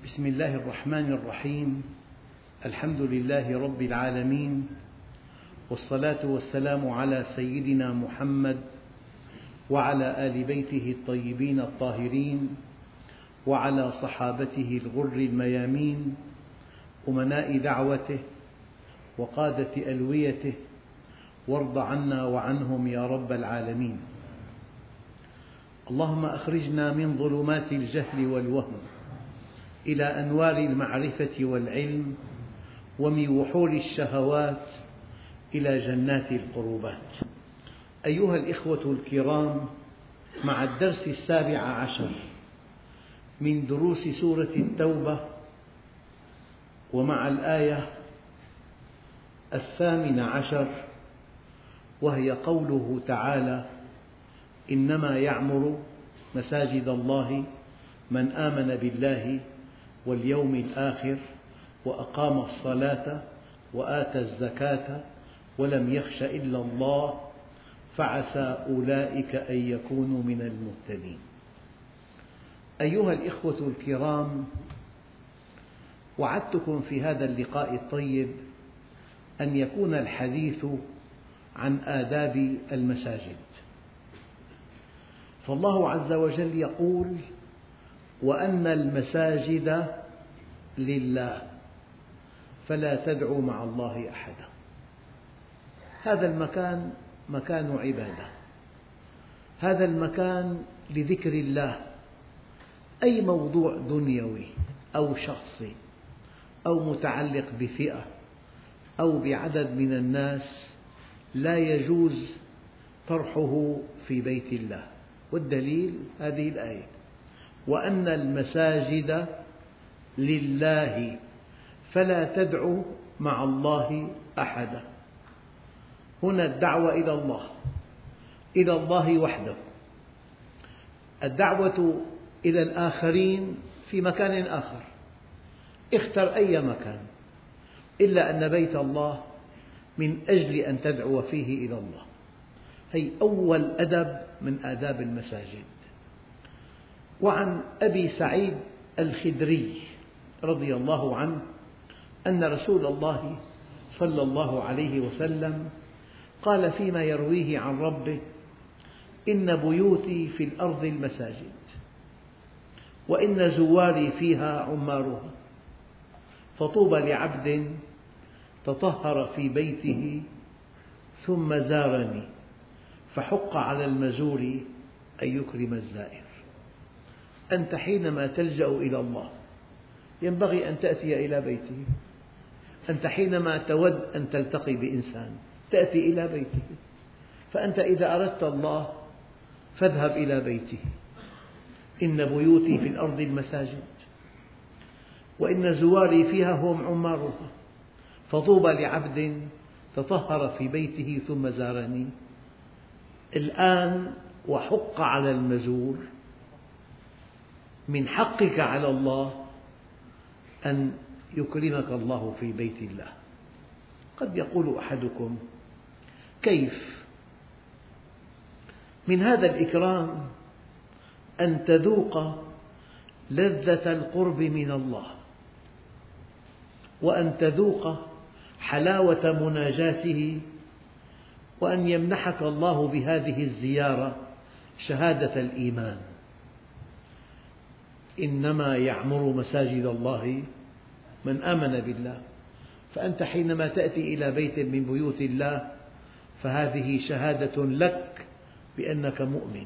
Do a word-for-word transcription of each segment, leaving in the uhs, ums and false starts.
بسم الله الرحمن الرحيم. الحمد لله رب العالمين، والصلاة والسلام على سيدنا محمد وعلى آل بيته الطيبين الطاهرين وعلى صحابته الغر الميامين، أمناء دعوته وقادة ألويته، وارض عنا وعنهم يا رب العالمين. اللهم أخرجنا من ظلمات الجهل والوهم إلى أنوار المعرفة والعلم، ومن وحول الشهوات إلى جنات القربات. أيها الإخوة الكرام، مع الدرس السابع عشر من دروس سورة التوبة، ومع الآية الثامنة عشر، وهي قوله تعالى: إنما يعمر مساجد الله من آمن بالله واليوم الآخر وأقام الصلاة وآتى الزكاة ولم يخش إلا الله فعسى أولئك أن يكونوا من المهتدين. أيها الإخوة الكرام، وعدتكم في هذا اللقاء الطيب أن يكون الحديث عن آداب المساجد. فالله عز وجل يقول: وأن المساجد لله فلا تدعوا مع الله أحدا. هذا المكان مكان عبادة، هذا المكان لذكر الله. أي موضوع دنيوي أو شخصي أو متعلق بفئة أو بعدد من الناس لا يجوز طرحه في بيت الله، والدليل هذه الآية: وأن المساجد لله فلا تدعوا مع الله أحدا. هنا الدعوة إلى الله، إلى الله وحده. الدعوة إلى الآخرين في مكان آخر، اختر أي مكان، إلا أن بيت الله من أجل أن تدعو فيه إلى الله. هي أول أدب من آداب المساجد. وعن أبي سعيد الخدري رضي الله عنه أن رسول الله صلى الله عليه وسلم قال فيما يرويه عن ربه: إن بيوتي في الأرض المساجد، وإن زواري فيها عمارها، فطوبى لعبد تطهر في بيته ثم زارني، فحق على المزور أن يكرم الزائر. أنت حينما تلجأ إلى الله ينبغي أن تأتي إلى بيته. أنت حينما تود أن تلتقي بإنسان تأتي إلى بيته. فأنت إذا أردت الله فاذهب إلى بيته. إن بيوتي في الأرض المساجد، وإن زواري فيها هم عمارها، فطوبى لعبد تطهر في بيته ثم زارني. الآن وحق على المزور، من حقك على الله أن يكرمك الله في بيت الله. قد يقول أحدكم: كيف؟ من هذا الإكرام أن تذوق لذة القرب من الله، وأن تذوق حلاوة مناجاته، وأن يمنحك الله بهذه الزيارة شهادة الإيمان. إنما يعمر مساجد الله من آمن بالله. فأنت حينما تأتي إلى بيت من بيوت الله فهذه شهادة لك بأنك مؤمن.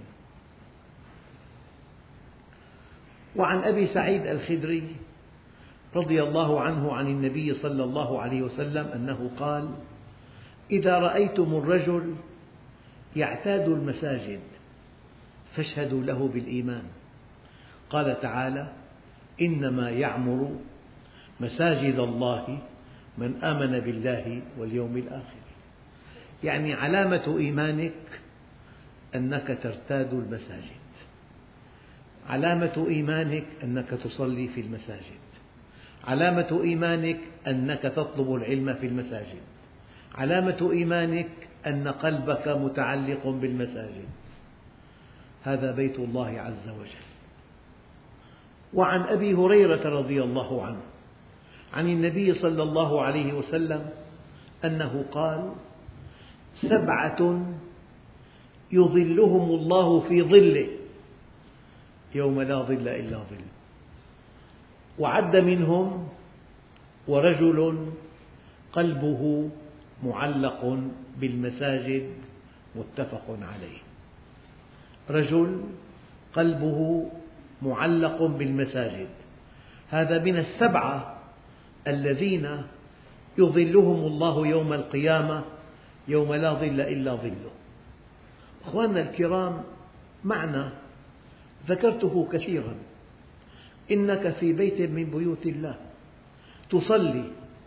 وعن أبي سعيد الخدري رضي الله عنه عن النبي صلى الله عليه وسلم أنه قال: إذا رأيتم الرجل يعتاد المساجد فاشهدوا له بالإيمان. قال تعالى: إنما يعمر مساجد الله من آمن بالله واليوم الآخر. يعني علامة إيمانك أنك ترتاد المساجد، علامة إيمانك أنك تصلي في المساجد، علامة إيمانك أنك تطلب العلم في المساجد، علامة إيمانك أن قلبك متعلق بالمساجد. هذا بيت الله عز وجل. وعن أبي هريرة رضي الله عنه عن النبي صلى الله عليه وسلم أنه قال: سبعة يظلهم الله في ظله يوم لا ظل إلا ظله، وعد منهم: ورجل قلبه معلق بالمساجد، متفق عليه. رجل قلبه معلق بالمساجد، هذا من السبعة الذين يظلهم الله يوم القيامة يوم لا ظل إلا ظله. أخواننا الكرام، معنى ذكرته كثيرا: إنك في بيت من بيوت الله تصلي،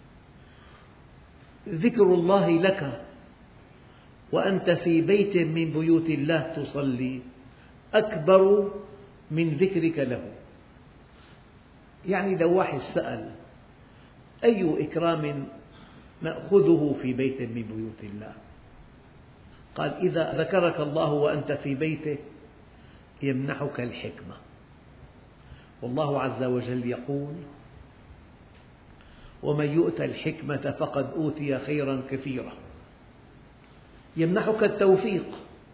ذكر الله لك وأنت في بيت من بيوت الله تصلي أكبر من ذكرك له. يعني لو واحد سأل: أي إكرام نأخذه في بيت من بيوت الله؟ قال: إذا ذكرك الله وأنت في بيته يمنحك الحكمة، والله عز وجل يقول: ومن يؤت الحكمة فقد أوتي خيرا كثيرا. يمنحك التوفيق،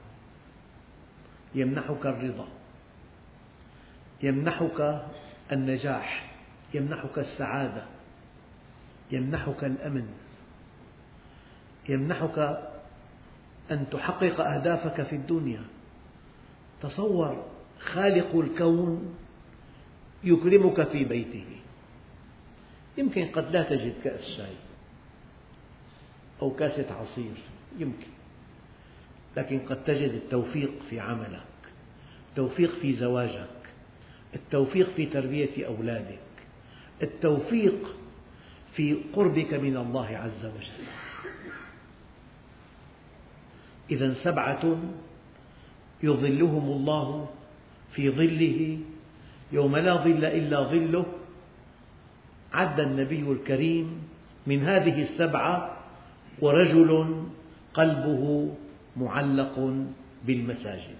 يمنحك الرضا، يمنحك النجاح، يمنحك السعادة، يمنحك الأمن، يمنحك أن تحقق أهدافك في الدنيا. تصور خالق الكون يكرمك في بيته. يمكن قد لا تجد كأس شاي أو كاسة عصير، يمكن، لكن قد تجد التوفيق في عملك، التوفيق في زواجك، التوفيق في تربية أولادك، التوفيق في قربك من الله عز وجل. إذا سبعة يظلهم الله في ظله يوم لا ظل إلا ظله. عد النبي الكريم من هذه السبعة: ورجل قلبه معلق بالمساجد.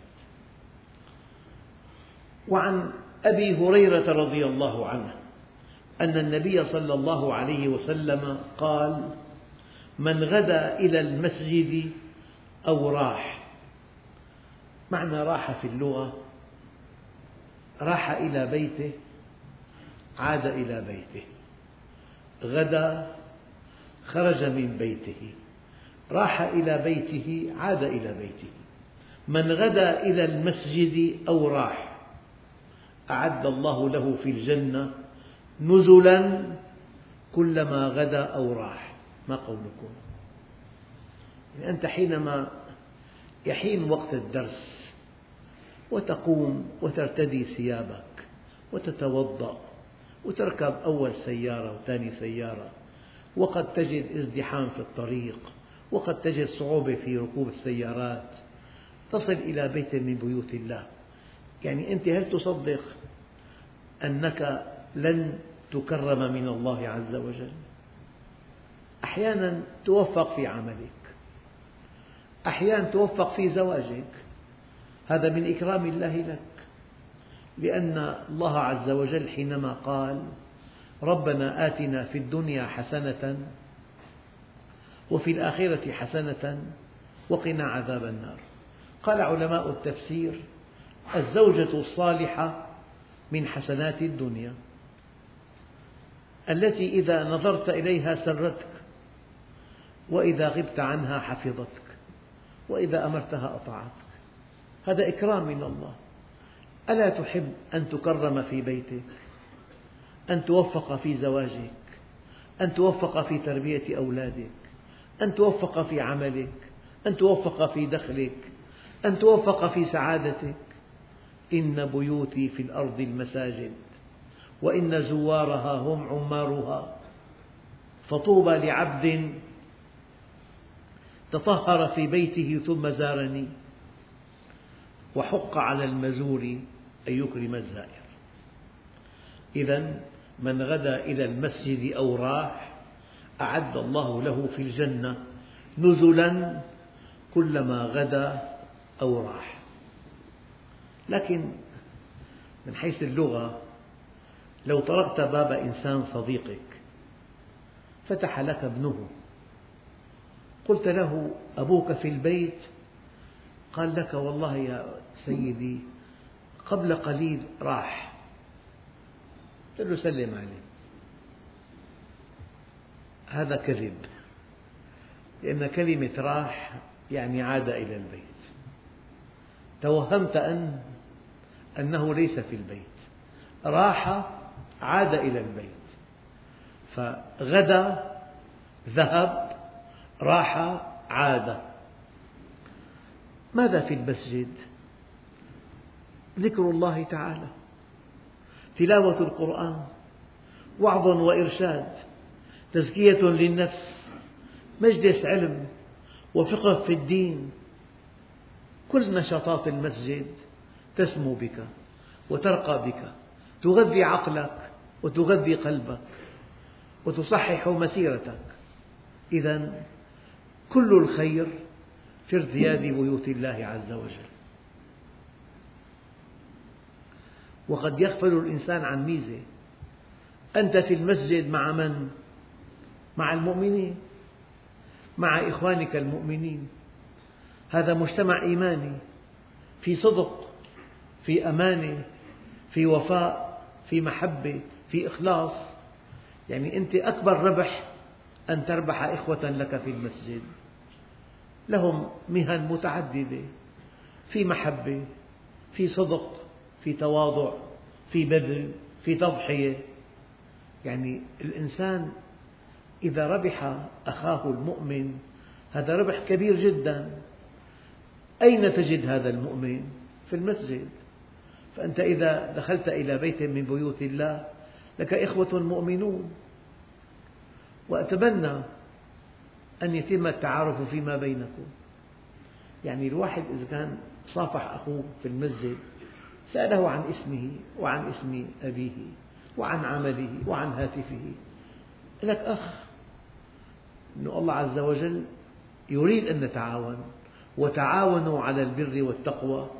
وعن أبي هريرة رضي الله عنه أن النبي صلى الله عليه وسلم قال: من غدا إلى المسجد أو راح. معنى راح في اللغة: راح إلى بيته، عاد إلى بيته. غدا خرج من بيته، راح إلى بيته، عاد إلى بيته. من غدا إلى المسجد أو راح أعد الله له في الجنة نزلا كلما غدا أو راح. ما قولكم؟ يعني أنت حينما يحين وقت الدرس وتقوم وترتدي ثيابك وتتوضأ وتركب أول سيارة وثاني سيارة، وقد تجد ازدحام في الطريق، وقد تجد صعوبة في ركوب السيارات، تصل إلى بيت من بيوت الله. يعني أنت هل تصدق أنك لن تكرم من الله عز وجل؟ أحيانا توفق في عملك، أحيانا توفق في زواجك، هذا من إكرام الله لك، لأن الله عز وجل حينما قال: ربنا آتنا في الدنيا حسنة وفي الآخرة حسنة وقنا عذاب النار، قال علماء التفسير: الزوجة الصالحة من حسنات الدنيا التي إذا نظرت إليها سرتك، وإذا غبت عنها حفظتك، وإذا أمرتها أطاعتك. هذا إكرام من الله. ألا تحب أن تكرم في بيتك، أن توفق في زواجك، أن توفق في تربية أولادك، أن توفق في عملك، أن توفق في دخلك، أن توفق في سعادتك؟ إن بيوتي في الأرض المساجد وإن زوارها هم عمارها، فطوبى لعبد تطهر في بيته ثم زارني، وحق على المزور أن يكرم الزائر. إذا من غدا إلى المسجد أو راح أعد الله له في الجنة نزلا كلما غدا أو راح. لكن من حيث اللغة لو طرقت باب إنسان صديقك فتح لك ابنه، قلت له: أبوك في البيت؟ قال لك: والله يا سيدي قبل قليل راح. قلت له: سلم عليه. هذا كذب، لأن كلمة راح يعني عاد إلى البيت. توهمت أن أنه ليس في البيت، راح عاد إلى البيت، فغدا ذهب، راح عاد. ماذا في المسجد؟ ذكر الله تعالى، تلاوة القرآن، وعظ وإرشاد، تزكية للنفس، مجلس علم وفقه في الدين. كل نشاطات المسجد تسمو بك وترقى بك، تغذي عقلك وتغذي قلبك وتصحح مسيرتك. إذن كل الخير في ارتياد بيوت الله عز وجل. وقد يغفل الإنسان عن ميزة: أنت في المسجد مع من؟ مع المؤمنين، مع إخوانك المؤمنين. هذا مجتمع إيماني، في صدق، في أمانة، في وفاء، في محبة، في إخلاص. يعني أنت أكبر ربح أن تربح إخوة لك في المسجد، لهم مهن متعددة، في محبة، في صدق، في تواضع، في بذل، في تضحية. يعني الإنسان إذا ربح أخاه المؤمن هذا ربح كبير جدا. أين تجد هذا المؤمن؟ في المسجد. فأنت إذا دخلت إلى بيت من بيوت الله لك إخوة مؤمنون، وأتمنى أن يتم التعارف فيما بينكم. يعني الواحد إذا كان صافح أخوه في المسجد، سأله عن اسمه وعن اسم أبيه وعن عمله وعن هاتفه، لك أخ، أن الله عز وجل يريد أن نتعاون. وتعاونوا على البر والتقوى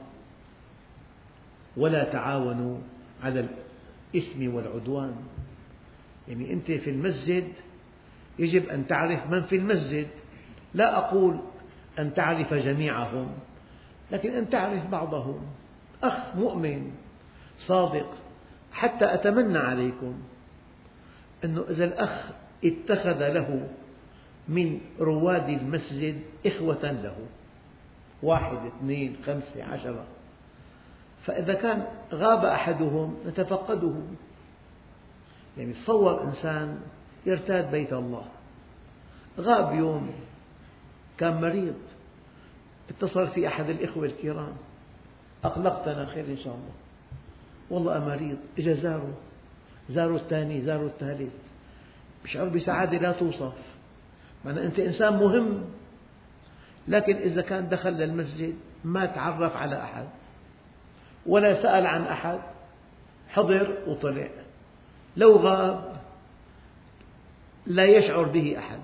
ولا تعاونوا على الإثم والعدوان. يعني أنت في المسجد يجب أن تعرف من في المسجد، لا أقول أن تعرف جميعهم، لكن أن تعرف بعضهم. أخ مؤمن صادق. حتى أتمنى عليكم أنه إذا الأخ اتخذ له من رواد المسجد إخوة له، واحد، اثنين، خمسة، عشرة، فإذا كان غاب أحدهم نتفقده. يعني تصور إنسان يرتاد بيت الله، غاب يوم، كان مريض، اتصل في أحد الإخوة الكرام: أقلقتنا، خير إن شاء الله، والله مريض. إجا زاره، زاره الثاني، زاره الثالث، بشعر بسعادة لا توصف. معنى أنت إنسان مهم. لكن إذا كان دخل للمسجد ما تعرف على أحد ولا سأل عن أحد، حضر وطلع، لو غاب لا يشعر به أحد.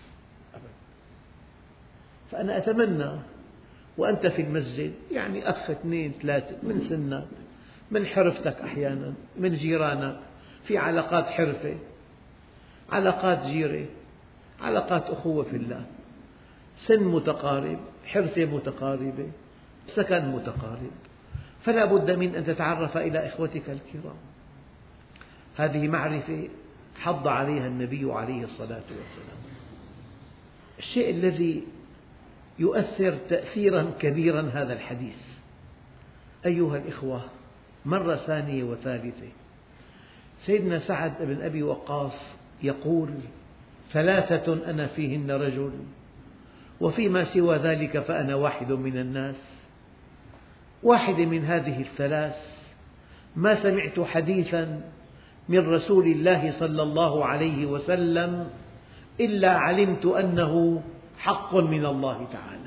فأنا أتمنى وأنت في المسجد، يعني أخ، اثنين، ثلاثة من سنك، من حرفتك، أحيانا من جيرانك، في علاقات حرفة، علاقات جيرة، علاقات أخوة في الله، سن متقارب، حرفة متقاربة، سكن متقارب، فلا بد من أن تتعرف إلى إخوتك الكرام. هذه معرفة حض عليها النبي عليه الصلاة والسلام. الشيء الذي يؤثر تأثيرا كبيرا هذا الحديث، أيها الإخوة، مرة ثانية وثالثة سيدنا سعد بن أبي وقاص يقول: ثلاثة أنا فيهن رجل، وفيما سوى ذلك فأنا واحد من الناس. واحد من هذه الثلاث ما سمعت حديثا من رسول الله صلى الله عليه وسلم إلا علمت أنه حق من الله تعالى.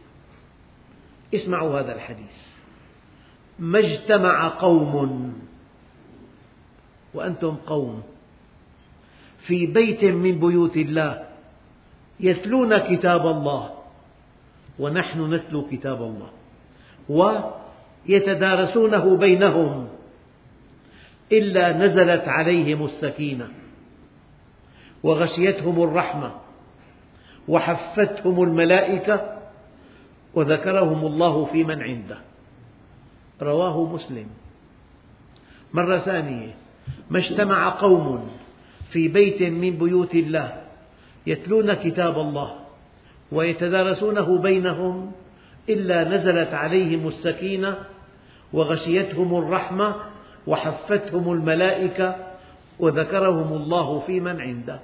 اسمعوا هذا الحديث: ما اجتمع قوم، وأنتم قوم، في بيت من بيوت الله يتلون كتاب الله، ونحن نتلو كتاب الله، ويتدارسونه بينهم إلا نزلت عليهم السكينة وغشيتهم الرحمة وحفتهم الملائكة وذكرهم الله في من عنده. رواه مسلم. مرة ثانية: ما اجتمع قوم في بيت من بيوت الله يتلون كتاب الله ويتدارسونه بينهم إلا نزلت عليهم السكينة وغشيتهم الرحمة وحفتهم الملائكة وذكرهم الله في من عنده.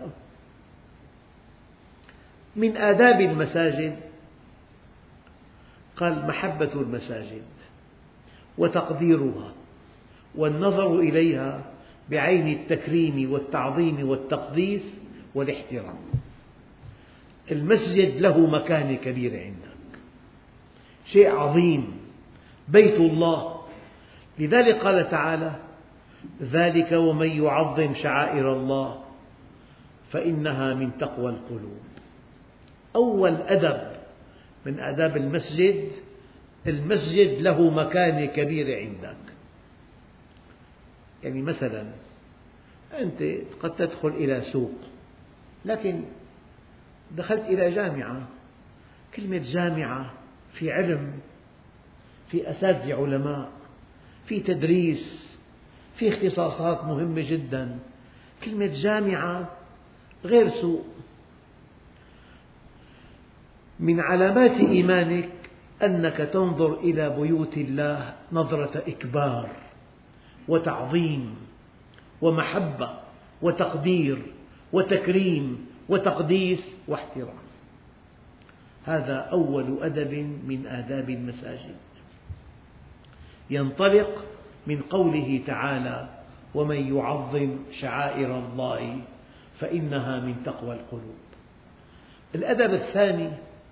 من آداب المساجد قال: محبة المساجد وتقديرها والنظر إليها بعين التكريم والتعظيم والتقديس والاحترام. المسجد له مكانة كبيرة عندك، شيء عظيم، بيت الله. لذلك قال تعالى: ذلك ومن يعظم شعائر الله فإنها من تقوى القلوب. أول أدب من آداب المسجد: المسجد له مكانة كبيرة عندك. يعني مثلا أنت قد تدخل إلى سوق، لكن دخلت إلى جامعة. كلمة جامعة في علم، في أساتذة علماء، في تدريس، في اختصاصات مهمة جدا. كلمة جامعة غير سوق. من علامات إيمانك أنك تنظر إلى بيوت الله نظرة إكبار وتعظيم ومحبة وتقدير وتكريم وتقديس واحترام. هذا أول أدب من آداب المساجد، ينطلق من قوله تعالى: ومن يعظم شعائر الله فإنها من تقوى القلوب. الأدب الثاني: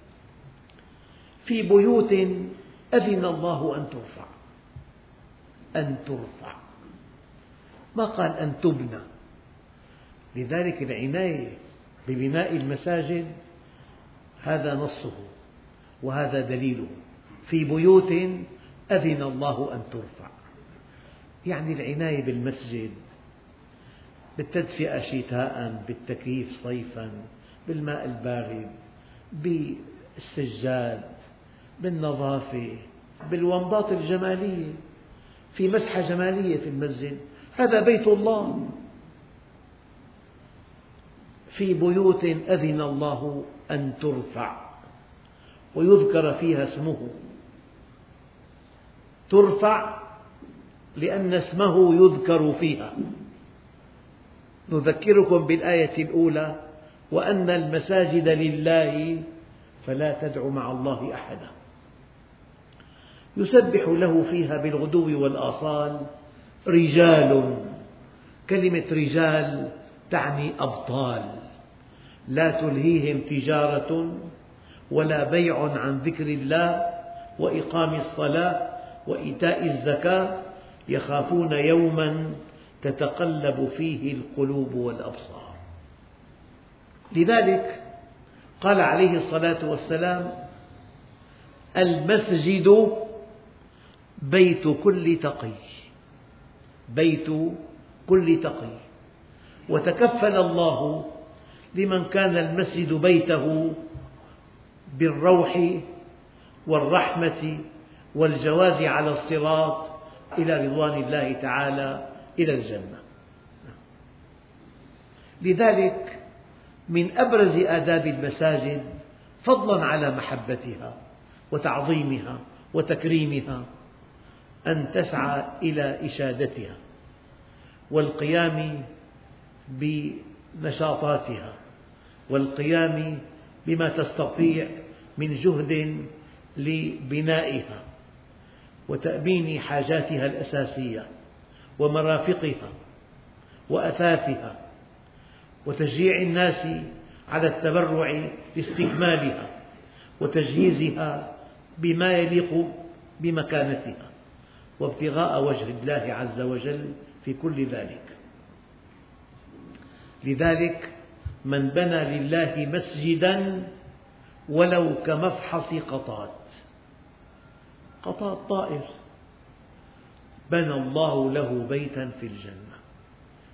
في بيوت أذن الله أن ترفع. أن ترفع، ما قال أن تبنى. لذلك العناية ببناء المساجد هذا نصه وهذا دليله. في بيوت أذن الله أن ترفع، يعني العناية بالمسجد، بالتدفئة شتاء، بالتكييف صيفا، بالماء البارد، بالسجاد، بالنظافة، بالومضات الجمالية، في مسحة جمالية في المسجد. هذا بيت الله. في بيوت أذن الله أن ترفع ويذكر فيها اسمه. ترفع لأن اسمه يذكر فيها. نذكركم بالآية الأولى: وأن المساجد لله فلا تدع مع الله أحدا. يسبح له فيها بالغدو والآصال رجال. كلمة رجال تعني أبطال، لا تلهيهم تجارة ولا بيع عن ذكر الله وإقام الصلاة وإيتاء الزكاة يخافون يوما تتقلب فيه القلوب والأبصار. لذلك قال عليه الصلاة والسلام: المسجد بيت كل تقي. بيت كل تقي. وتكفل الله لمن كان المسجد بيته بالروح والرحمة والجواز على الصراط إلى رضوان الله تعالى إلى الجنة. لذلك من أبرز آداب المساجد فضلا على محبتها وتعظيمها وتكريمها أن تسعى إلى إشادتها والقيام بنشاطاتها والقيام بما تستطيع من جهد لبنائها وتأمين حاجاتها الأساسية ومرافقها وأثاثها، وتشجيع الناس على التبرع لاستكمالها وتجهيزها بما يليق بمكانتها وابتغاء وجه الله عز وجل في كل ذلك. لذلك من بنى لله مسجدا ولو كمفحص قطات، قطات طائر، بنى الله له بيتا في الجنة.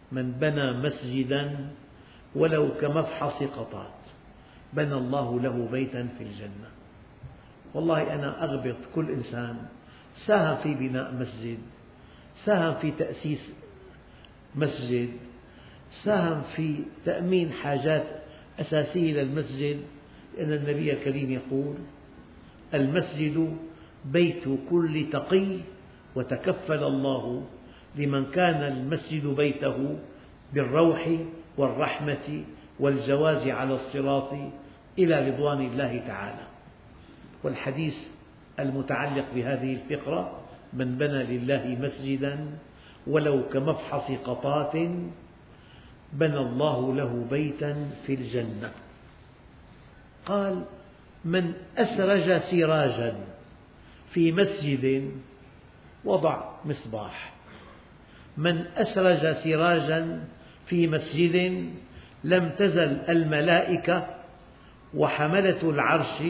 من بنى مسجدا ولو كمفحص قطات بنى الله له بيتا في الجنة. والله أنا أغبط كل إنسان ساهم في بناء مسجد، ساهم في تأسيس مسجد، ساهم في تأمين حاجات أساسية للمسجد، لأن النبي الكريم يقول: المسجد بيت كل تقي، وتكفل الله لمن كان المسجد بيته بالروح والرحمة والجواز على الصراط إلى رضوان الله تعالى. والحديث المتعلق بهذه الفقرة: من بنى لله مسجدا ولو كمفحص قطات بنى الله له بيتا في الجنة. قال: من أسرج سراجا في مسجد وضع مصباح، من أسرج سراجا في مسجد لم تزل الملائكة وحملة العرش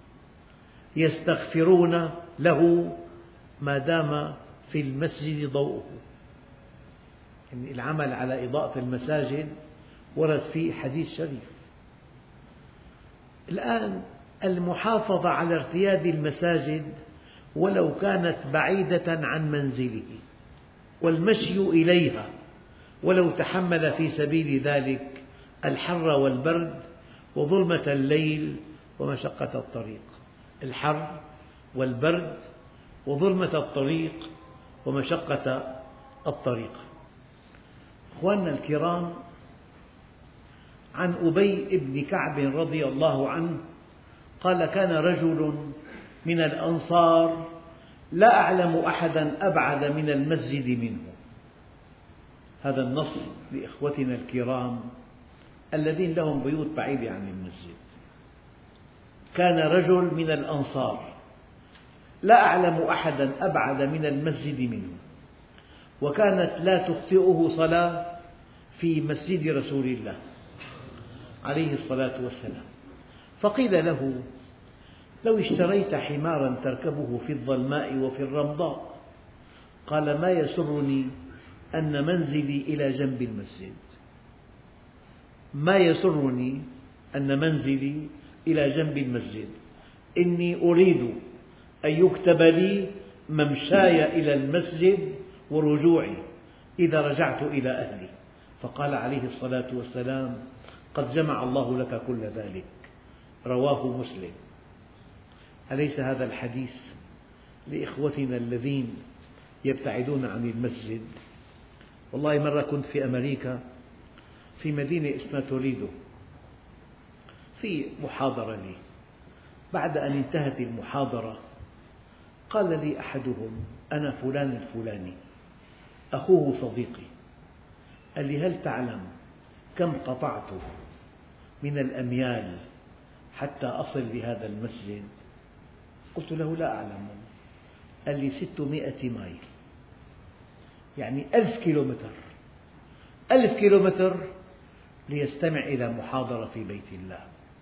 يستغفرون له ما دام في المسجد ضوءه. يعني العمل على إضاءة المساجد ورد فيه حديث شريف. الآن المحافظة على ارتياد المساجد ولو كانت بعيدة عن منزله، والمشي إليها ولو تحمل في سبيل ذلك الحر والبرد وظلمة الليل ومشقة الطريق. الحر والبرد وظلمة الطريق ومشقة الطريق. أخواننا الكرام، عن أبي بن كعب رضي الله عنه قال: كان رجل من الأنصار لا أعلم أحدا أبعد من المسجد منه. هذا النص لإخوتنا الكرام الذين لهم بيوت بعيدة عن المسجد. كان رجل من الأنصار لا أعلم أحدا أبعد من المسجد منه، وكانت لا تخطئه صلاة في مسجد رسول الله عليه الصلاة والسلام. فقيل له: لو اشتريت حمارا تركبه في الظلماء وفي الرمضاء. قال: ما يسرني أن منزلي إلى جنب المسجد، ما يسرني أن منزلي إلى جنب المسجد، إني أريد أن يكتب لي ممشاي إلى المسجد ورجوعي إذا رجعت إلى أهلي. فقال عليه الصلاة والسلام: قد جمع الله لك كل ذلك. رواه مسلم. أليس هذا الحديث لإخوتنا الذين يبتعدون عن المسجد؟ والله مرة كنت في أمريكا في مدينة اسمها توريدو في محاضرة لي. بعد أن انتهت المحاضرة قال لي أحدهم: أنا فلان الفلاني أخوه صديقي. قال لي: هل تعلم كم قطعت من الأميال حتى أصل لهذا المسجد؟ قلت له: لا أعلم. قال لي: ستمائة مايل، يعني ألف كيلومتر، ألف كيلومتر ليستمع إلى محاضرة في بيت الله.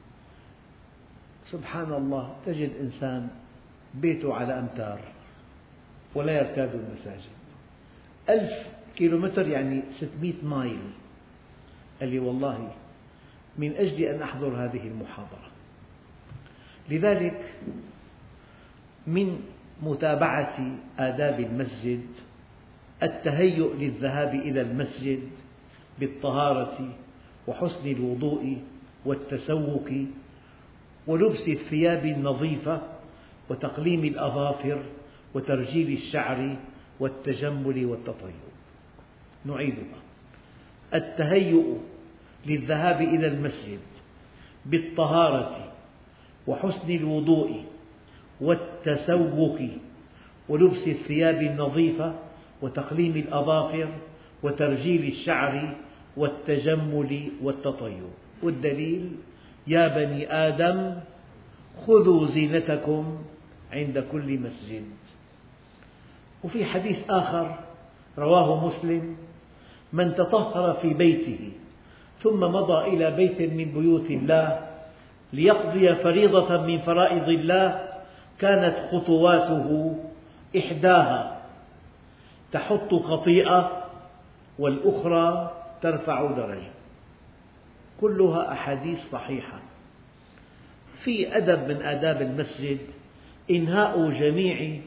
سبحان الله، تجد إنسان بيته على أمتار ولا يرتاد المساجد. ألف كيلومتر يعني ستمائة مايل. قال لي: والله من أجل أن أحضر هذه المحاضرة. لذلك من متابعة آداب المسجد التهيؤ للذهاب إلى المسجد بالطهارة وحسن الوضوء والتسوك ولبس الثياب النظيفة وتقليم الأظافر وترجيل الشعر والتجمل والتطيب. نعيدها: التهيؤ للذهاب إلى المسجد بالطهارة وحسن الوضوء والتسوك ولبس الثياب النظيفة وتقليم الأظافر وترجيل الشعر والتجمل والتطيب. والدليل: يا بني آدم خذوا زينتكم عند كل مسجد. وفي حديث آخر رواه مسلم: من تطهر في بيته ثم مضى إلى بيت من بيوت الله ليقضي فريضة من فرائض الله كانت خطواته إحداها تحط خطيئة والأخرى ترفع درجة، كلها أحاديث صحيحة. في أدب من آداب المسجد إنهاء جميع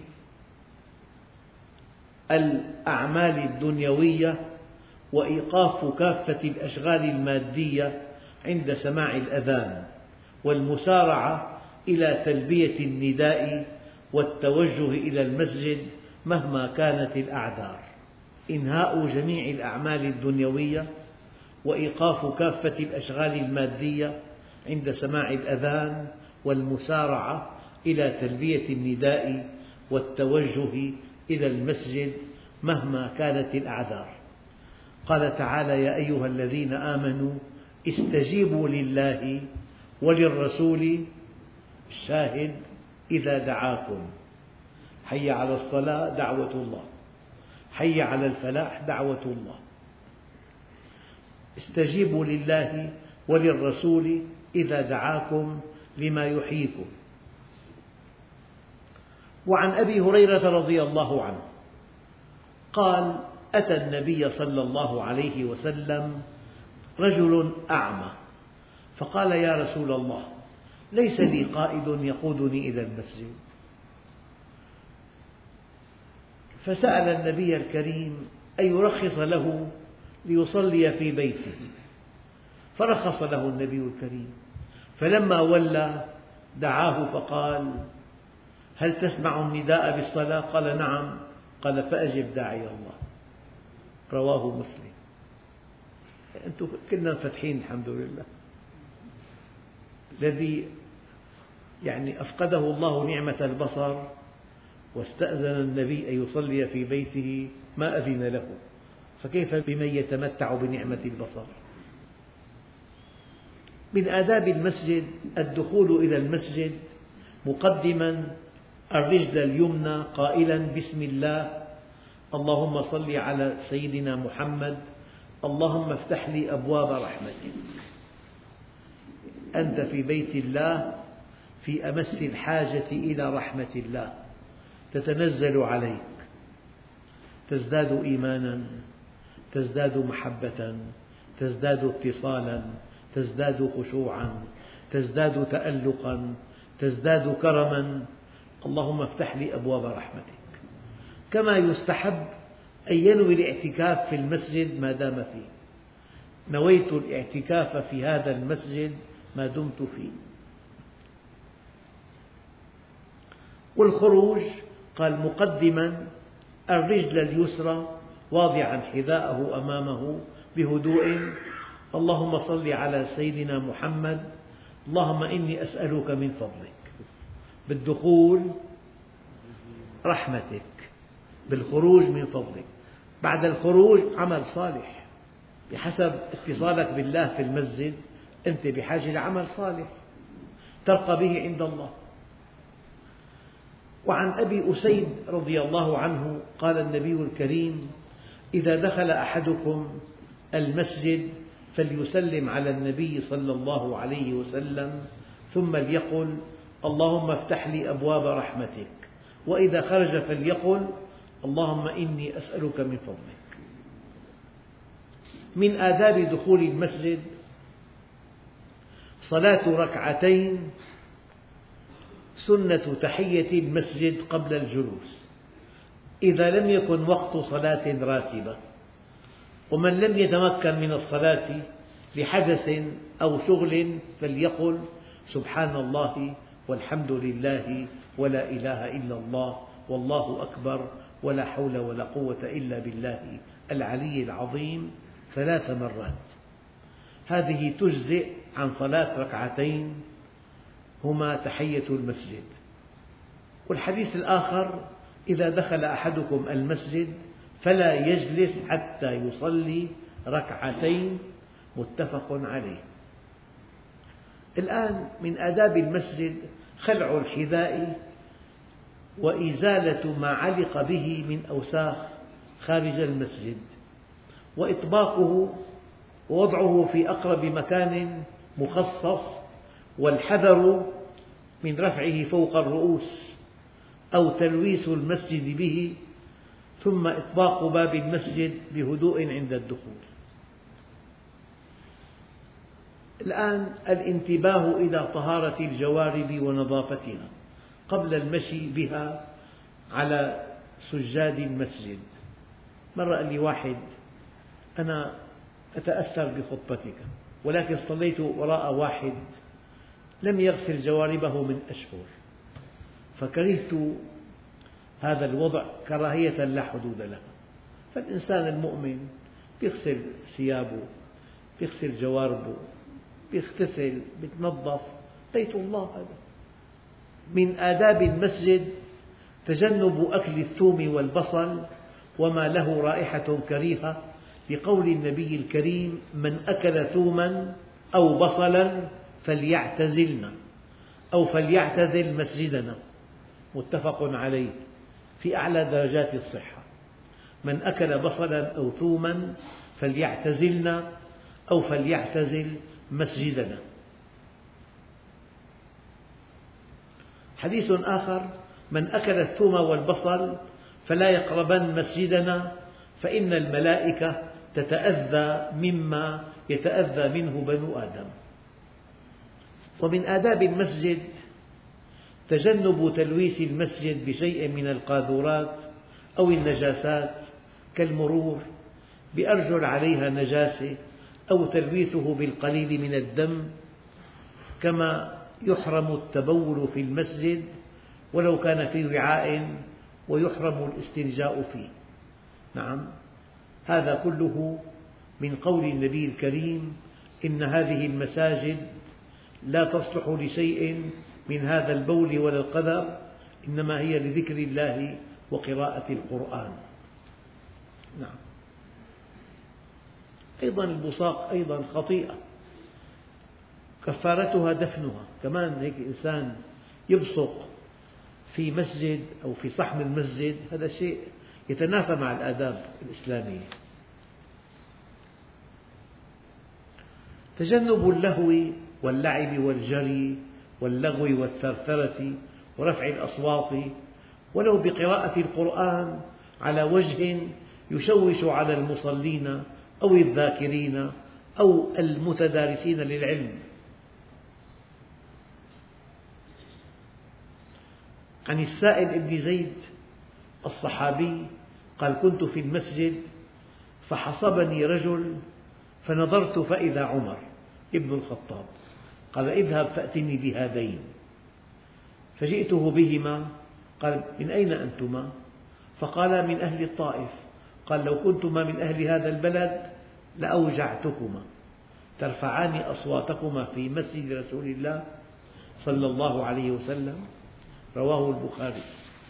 الأعمال الدنيوية وإيقاف كافة الأشغال المادية عند سماع الأذان، والمسارعة إلى تلبية النداء والتوجه إلى المسجد مهما كانت الأعذار. إنهاء جميع الأعمال الدنيوية وإيقاف كافة الأشغال المادية عند سماع الأذان والمسارعة إلى تلبية النداء والتوجه إلى المسجد مهما كانت الأعذار. قال تعالى: يا أيها الذين آمنوا استجيبوا لله وللرسول الشاهد إذا دعاكم. حي على الصلاة دعوة الله، حي على الفلاح دعوة الله. استجيبوا لله وللرسول إذا دعاكم لما يحييكم. وعن أبي هريرة رضي الله عنه قال: أتى النبي صلى الله عليه وسلم رجل أعمى فقال: يا رسول الله، ليس لي قائد يقودني إلى المسجد. فسأل النبي الكريم أن يرخص له ليصلي في بيته، فرخص له النبي الكريم. فلما ولى دعاه فقال: هل تسمع النداء بالصلاة؟ قال: نعم. قال: فأجب داعي الله. رواه مسلم. أنتم كلنا مفتحين الحمد لله. الذي يعني أفقده الله نعمة البصر واستأذن النبي أن يصلي في بيته ما أذن له، فكيف بمن يتمتع بنعمة البصر؟ من آداب المسجد الدخول إلى المسجد مقدما الرجل اليمنى قائلا: بسم الله، اللهم صل على سيدنا محمد، اللهم افتح لي أبواب رحمتك. أنت في بيت الله في أمس الحاجة إلى رحمة الله تتنزل عليك، تزداد إيمانا، تزداد محبة، تزداد اتصالا، تزداد خشوعا، تزداد تألقا، تزداد كرما. اللهم افتح لي أبواب رحمتك. كما يستحب أن ينوي الاعتكاف في المسجد ما دام فيه. نويت الاعتكاف في هذا المسجد ما دمت فيه. والخروج قال مقدما الرجل اليسرى واضعا حذاءه أمامه بهدوء: اللهم صل على سيدنا محمد، اللهم إني أسألك من فضلك. بالدخول رحمتك، بالخروج من فضلك. بعد الخروج عمل صالح بحسب اتصالك بالله في المسجد، أنت بحاجة لعمل صالح ترقى به عند الله. وعن أبي أسيد رضي الله عنه قال النبي الكريم: إذا دخل أحدكم المسجد فليسلم على النبي صلى الله عليه وسلم ثم ليقل: اللهم افتح لي أبواب رحمتك. وإذا خرج فليقل: اللهم إني أسألك من فضلك. من آداب دخول المسجد صلاة ركعتين سنة تحية المسجد قبل الجلوس، إذا لم يكن وقت صلاة راتبة. ومن لم يتمكن من الصلاة لحدث أو شغل فليقل: سبحان الله والحمد لله ولا إله إلا الله والله أكبر ولا حول ولا قوة إلا بالله العلي العظيم ثلاث مرات. هذه تجزئ عن صلاة ركعتين هما تحية المسجد. والحديث الآخر: إذا دخل أحدكم المسجد فلا يجلس حتى يصلي ركعتين، متفق عليه. الآن من آداب المسجد خلع الحذاء وإزالة ما علق به من أوساخ خارج المسجد، وإطباقه ووضعه في أقرب مكان مخصص، والحذر من رفعه فوق الرؤوس أو تلويث المسجد به، ثم إطباق باب المسجد بهدوء عند الدخول. الآن الانتباه إلى طهارة الجوارب ونظافتها قبل المشي بها على سجاد المسجد. مرة قال لي واحد: أنا أتأثر بخطبتك، ولكن صليت وراء واحد لم يغسل جواربه من أشهر، فكرهت هذا الوضع كراهية لا حدود لها. فالإنسان المؤمن يغسل ثيابه، يغسل جواربه، يغتسل، يتنظف، بيت الله هذا. من آداب المسجد تجنب أكل الثوم والبصل وما له رائحة كريهة، لقول النبي الكريم: من أكل ثوما أو بصلا فليعتزلنا أو فليعتزل مسجدنا، متفق عليه في أعلى درجات الصحة. من أكل بصلا أو ثوما فليعتزلنا أو فليعتزل مسجدنا. حديث آخر: من أكل الثوم والبصل فلا يقربن مسجدنا فإن الملائكة تتأذى مما يتأذى منه بنو آدم. ومن آداب المسجد تجنب تلويث المسجد بشيء من القاذورات أو النجاسات كالمرور بأرجل عليها نجاسة أو تلويثه بالقليل من الدم، كما يحرم التبول في المسجد ولو كان في وعاء ويحرم الاستنجاء فيه. نعم، هذا كله من قول النبي الكريم: إن هذه المساجد لا تصلح لشيء من هذا البول ولا القدر، إنما هي لذكر الله وقراءة القرآن. نعم. أيضا البصاق أيضا خطيئة كفارتها دفنها. كمان هيك إنسان يبصق في مسجد أو في صحن المسجد، هذا شيء يتنافى مع الآداب الإسلامية. تجنب اللهو واللعب والجري واللغو والثرثرة ورفع الأصوات ولو بقراءة القرآن على وجه يشوش على المصلين أو الذاكرين أو المتدارسين للعلم. عن السائب ابن زيد الصحابي قال: كنت في المسجد فحصبني رجل فنظرت فإذا عمر ابن الخطاب، قال: اذهب فأتني بهذين. فجئته بهما، قال: من أين أنتما؟ فقال: من أهل الطائف. قال: لو كنتما من أهل هذا البلد لأوجعتكما، ترفعان أصواتكما في مسجد رسول الله صلى الله عليه وسلم. رواه البخاري.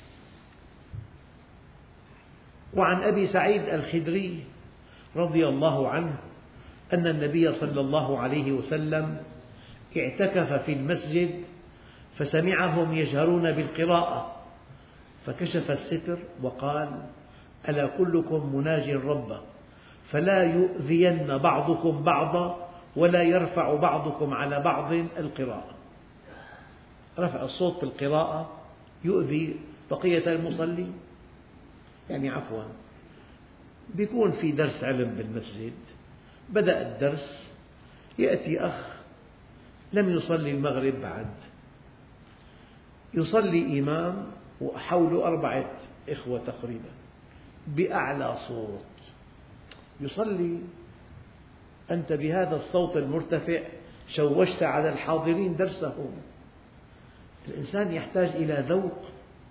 وعن أبي سعيد الخدري رضي الله عنه أن النبي صلى الله عليه وسلم اعتكف في المسجد فسمعهم يجهرون بالقراءة فكشف الستر وقال: ألا كلكم مناج ربه فلا يؤذين بعضكم بعضا ولا يرفع بعضكم على بعض القراءة. رفع الصوت بالقراءة يؤذي بقية المصلين. يعني عفوا، بيكون في درس علم بالمسجد، بدأ الدرس، يأتي أخ لم يصلي المغرب بعد، يصلي إمام وحوله أربعة إخوة تقريبا بأعلى صوت يصلي. أنت بهذا الصوت المرتفع شوشت على الحاضرين درسهم. الإنسان يحتاج إلى ذوق.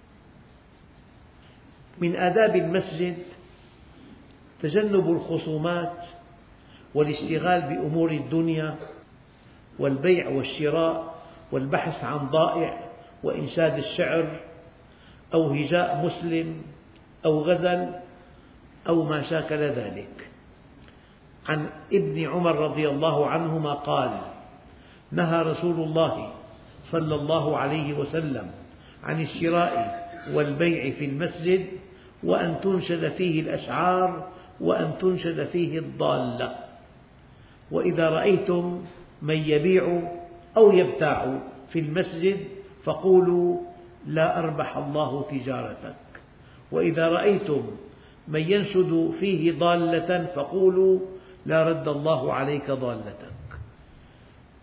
من آداب المسجد تجنب الخصومات والاشتغال بأمور الدنيا والبيع والشراء والبحث عن ضائع وإنشاد الشعر أو هجاء مسلم أو غزل أو ما شاكل ذلك. عن ابن عمر رضي الله عنهما قال: نهى رسول الله صلى الله عليه وسلم عن الشراء والبيع في المسجد وأن تنشد فيه الأشعار وأن تنشد فيه الضالة. وإذا رأيتم من يبيع أو يبتاع في المسجد فقولوا: لا أربح الله تجارتك. وإذا رأيتم من ينشد فيه ضالة فقولوا: لا رد الله عليك ضالتك.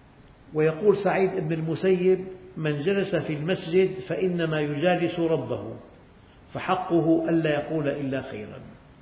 ويقول سعيد بن المسيب: من جلس في المسجد فإنما يجالس ربه، فحقه ألا يقول إلا خيرا.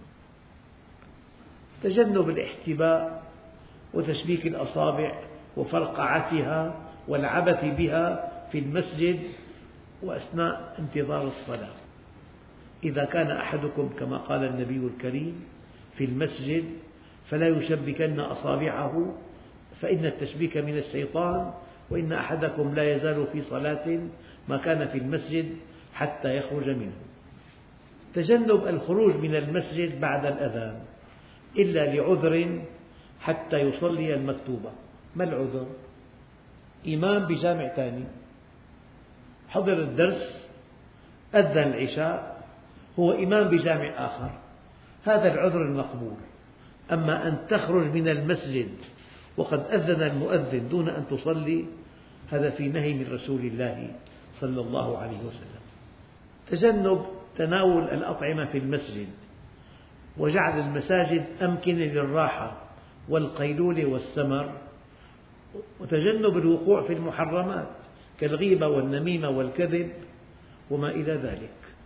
تجنب الاحتباء وتشبيك الأصابع وفرقعتها والعبث بها في المسجد وأثناء انتظار الصلاة. إذا كان أحدكم كما قال النبي الكريم في المسجد فلا يشبكن أصابعه فإن التشبيك من الشيطان، وإن أحدكم لا يزال في صلاة ما كان في المسجد حتى يخرج منه. تجنب الخروج من المسجد بعد الأذان إلا لعذر حتى يصلي المكتوبة. ما العذر؟ إمام بجامع ثاني، حضر الدرس، أذن العشاء، هو إمام بجامع آخر، هذا العذر المقبول. أما أن تخرج من المسجد وقد أذن المؤذن دون أن تصلي، هذا في نهي من رسول الله صلى الله عليه وسلم. تجنب تناول الأطعمة في المسجد، وجعل المساجد أمكنة للراحة والقيلولة والسمر، وتجنب الوقوع في المحرمات كالغيبة والنميمة والكذب وما إلى ذلك.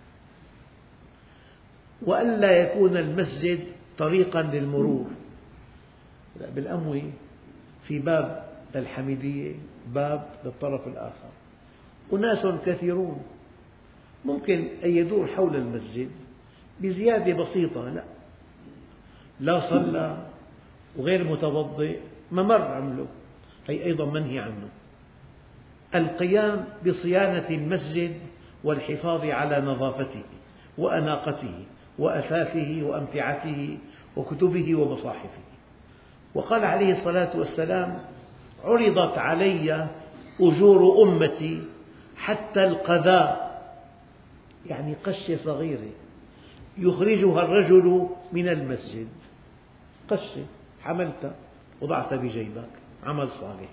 وألا يكون المسجد طريقا للمرور. بالأموي في باب الحميدية باب للطرف الآخر، أناس كثيرون ممكن أن يدور حول المسجد بزيادة بسيطة، لا لا صلى وغير متوضئ، ممر عمله، هي أيضا منهي عنه. القيام بصيانة المسجد والحفاظ على نظافته وأناقته وأثاثه وأمتعته وكتبه ومصاحفه. وقال عليه الصلاة والسلام: عرضت علي أجور أمتي حتى القذاء، يعني قشة صغيرة يخرجها الرجل من المسجد، قشة حملتها وضعتها بجيبك، عمل صالح.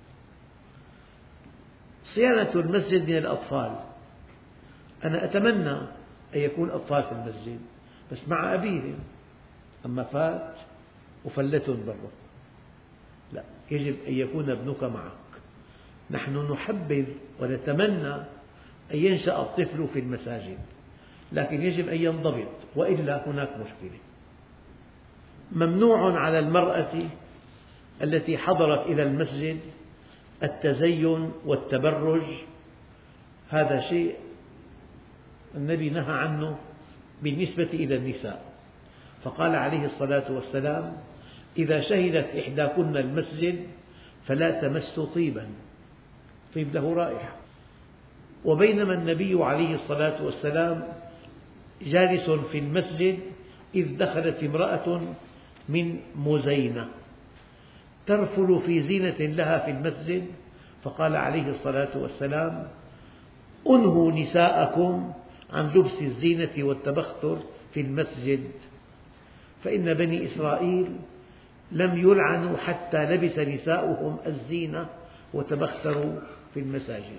صيانة المسجد من الأطفال، أنا أتمنى أن يكون الأطفال في المسجد بس مع أبيهم، أما فات وفلتهم برا، لا، يجب أن يكون ابنك معك. نحن نحبذ ونتمنى أن ينشأ الطفل في المساجد، لكن يجب أن ينضبط، وإلا هناك مشكلة. ممنوع على المرأة التي حضرت إلى المسجد التزين والتبرج، هذا شيء النبي نهى عنه بالنسبة إلى النساء، فقال عليه الصلاة والسلام: إذا شهدت إحداكن المسجد فلا تمس طيبا، طيب له رائحة. وبينما النبي عليه الصلاة والسلام جالس في المسجد إذ دخلت امرأة من مزينة ترفل في زينة لها في المسجد، فقال عليه الصلاة والسلام: أنهوا نساءكم عن لبس الزينة والتبختر في المسجد، فإن بني إسرائيل لم يلعنوا حتى لبس نساؤهم الزينة وتبختروا في المساجد.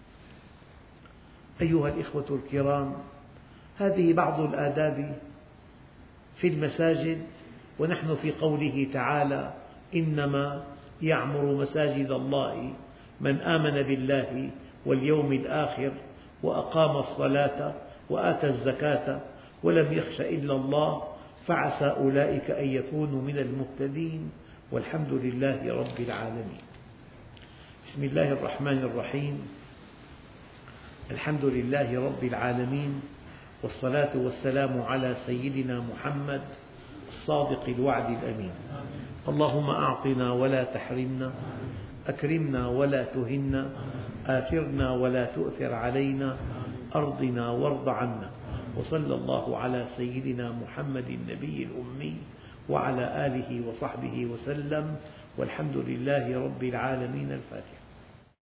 أيها الإخوة الكرام، هذه بعض الآداب في المساجد، ونحن في قوله تعالى: إنما يعمر مساجد الله من آمن بالله واليوم الآخر وأقام الصلاة وآتى الزكاة ولم يخش إلا الله فعسى أولئك أن يكونوا من المهتدين، والحمد لله رب العالمين. بسم الله الرحمن الرحيم. الحمد لله رب العالمين، والصلاة والسلام على سيدنا محمد الصادق الوعد الأمين. اللهم أعطنا ولا تحرمنا، أكرمنا ولا تهنا، آثرنا ولا تؤثر علينا، أرضنا وارض عنا. وصلى الله على سيدنا محمد النبي الأمي وعلى آله وصحبه وسلم، والحمد لله رب العالمين. الفاتحة.